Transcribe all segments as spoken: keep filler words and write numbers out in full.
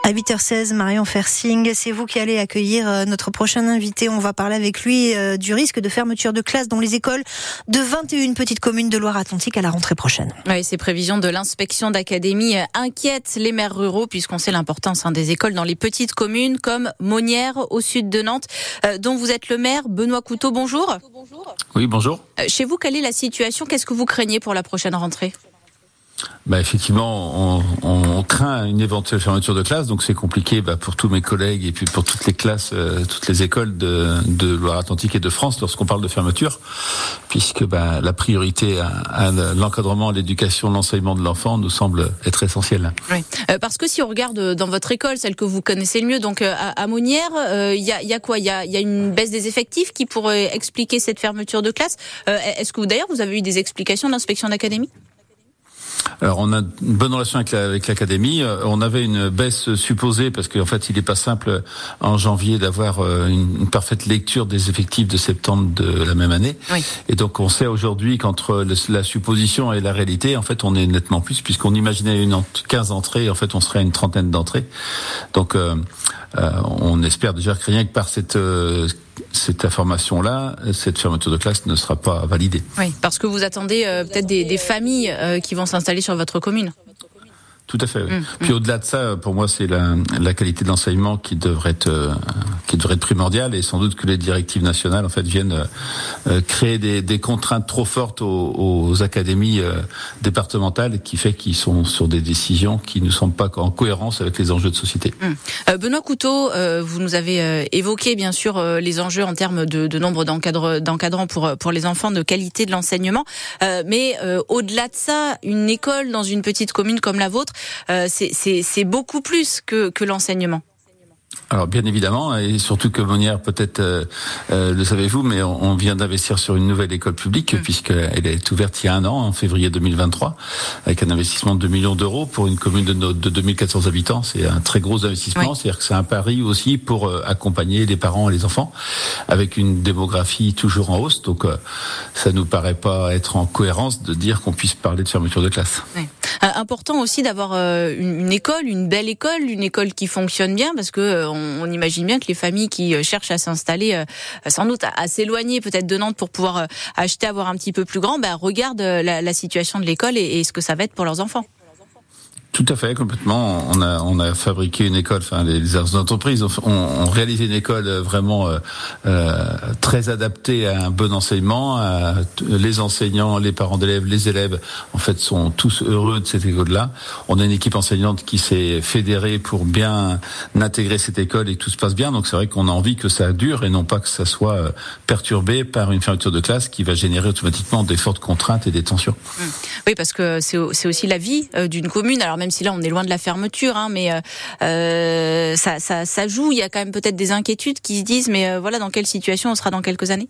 À huit heures seize, Marion Fersing, c'est vous qui allez accueillir notre prochain invité. On va parler avec lui du risque de fermeture de classes dans les écoles de vingt et une petites communes de Loire-Atlantique à la rentrée prochaine. Oui, ces prévisions de l'inspection d'académie inquiètent les maires ruraux puisqu'on sait l'importance hein, des écoles dans les petites communes comme Maunières au sud de Nantes, euh, dont vous êtes le maire. Benoît Couteau, bonjour. Oui, bonjour. Euh, chez vous, quelle est la situation ? Qu'est-ce que vous craignez pour la prochaine rentrée ? Bah effectivement, on, on craint une éventuelle fermeture de classe, donc c'est compliqué bah, pour tous mes collègues et puis pour toutes les classes, euh, toutes les écoles de, de Loire-Atlantique et de France lorsqu'on parle de fermeture, puisque bah, la priorité à, à l'encadrement, à l'éducation, l'enseignement de l'enfant nous semble être essentielle. Oui, euh, parce que si on regarde dans votre école, celle que vous connaissez le mieux, donc euh, à, à Maunières, il euh, y, a, y a quoi ? Il y a, y a une baisse des effectifs qui pourrait expliquer cette fermeture de classe. Euh, est-ce que vous, d'ailleurs, vous avez eu des explications de l'inspection d'académie ? Alors on a une bonne relation avec, la, avec l'académie. On avait une baisse supposée parce qu'en fait il n'est pas simple en janvier d'avoir une, une parfaite lecture des effectifs de septembre de la même année. Oui. Et donc on sait aujourd'hui qu'entre la supposition et la réalité, en fait on est nettement plus puisqu'on imaginait une quinze entrées, en fait on serait à une trentaine d'entrées. Donc euh, euh, on espère déjà que rien que par cette euh, cette information-là, cette fermeture de classe ne sera pas validée. Oui, parce que vous attendez euh, peut-être des, des familles euh, qui vont s'installer sur votre commune. Tout à fait. Oui. Mmh, Puis mmh. au-delà de ça, pour moi, c'est la, la qualité de l'enseignement qui devrait être euh, qui devrait être primordiale, et sans doute que les directives nationales en fait viennent euh, créer des, des contraintes trop fortes aux, aux académies euh, départementales, qui fait qu'ils sont sur des décisions qui ne sont pas en cohérence avec les enjeux de société. Mmh. Euh, Benoît Couteau, euh, vous nous avez euh, évoqué bien sûr euh, les enjeux en termes de, de nombre d'encadre, d'encadrants pour pour les enfants, de qualité de l'enseignement, euh, mais euh, au-delà de ça, une école dans une petite commune comme la vôtre, Euh, c'est, c'est, c'est beaucoup plus que, que l'enseignement. Alors bien évidemment, et surtout que Maunières, peut-être euh, euh, le savez-vous, mais on, on vient d'investir sur une nouvelle école publique, mmh. puisqu'elle est ouverte il y a un an, en février deux mille vingt-trois, avec un investissement de deux millions d'euros pour une commune de, de deux mille quatre cents habitants. C'est un très gros investissement, oui. C'est-à-dire que c'est un pari aussi pour euh, accompagner les parents et les enfants, avec une démographie toujours en hausse. Donc euh, ça nous paraît pas être en cohérence de dire qu'on puisse parler de fermeture de classe. Oui. Euh, important aussi d'avoir euh, une, une école, une belle école, une école qui fonctionne bien, parce que euh, on, on imagine bien que les familles qui euh, cherchent à s'installer, euh, sans doute à, à s'éloigner peut-être de Nantes pour pouvoir euh, acheter, avoir un petit peu plus grand, bah, regardent euh, la, la situation de l'école et, et ce que ça va être pour leurs enfants. Tout à fait, complètement. On a on a fabriqué une école. Enfin, les, les entreprises ont, ont réalisé une école vraiment euh, euh, très adaptée à un bon enseignement. À, les enseignants, les parents d'élèves, les élèves, en fait, sont tous heureux de cette école-là. On a une équipe enseignante qui s'est fédérée pour bien intégrer cette école et tout se passe bien. Donc c'est vrai qu'on a envie que ça dure et non pas que ça soit perturbé par une fermeture de classe qui va générer automatiquement des fortes contraintes et des tensions. Oui, parce que c'est c'est aussi la vie d'une commune. Alors même si là on est loin de la fermeture, hein, mais euh, ça, ça, ça joue. Il y a quand même peut-être des inquiétudes qui se disent, mais euh, voilà, dans quelle situation on sera dans quelques années ?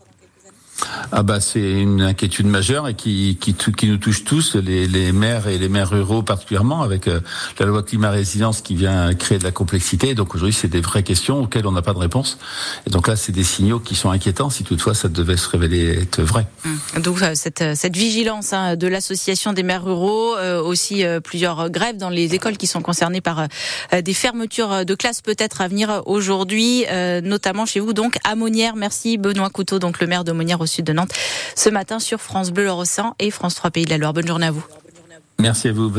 Ah bah c'est une inquiétude majeure et qui qui, qui nous touche tous, les, les maires et les maires ruraux particulièrement, avec euh, la loi climat résilience qui vient créer de la complexité. Donc aujourd'hui c'est des vraies questions auxquelles on n'a pas de réponse. Et donc là c'est des signaux qui sont inquiétants si toutefois ça devait se révéler être vrai. Mmh. Donc cette cette vigilance hein, de l'association des maires ruraux, euh, aussi euh, plusieurs grèves dans les écoles qui sont concernées par euh, des fermetures de classes peut-être à venir aujourd'hui, euh, notamment chez vous donc à Maunières. Merci Benoît Couteau, donc le maire de Maunières au sud de Nantes, ce matin sur France Bleu Loire-Océan et France trois Pays de la Loire. Bonne journée à vous. Merci à vous.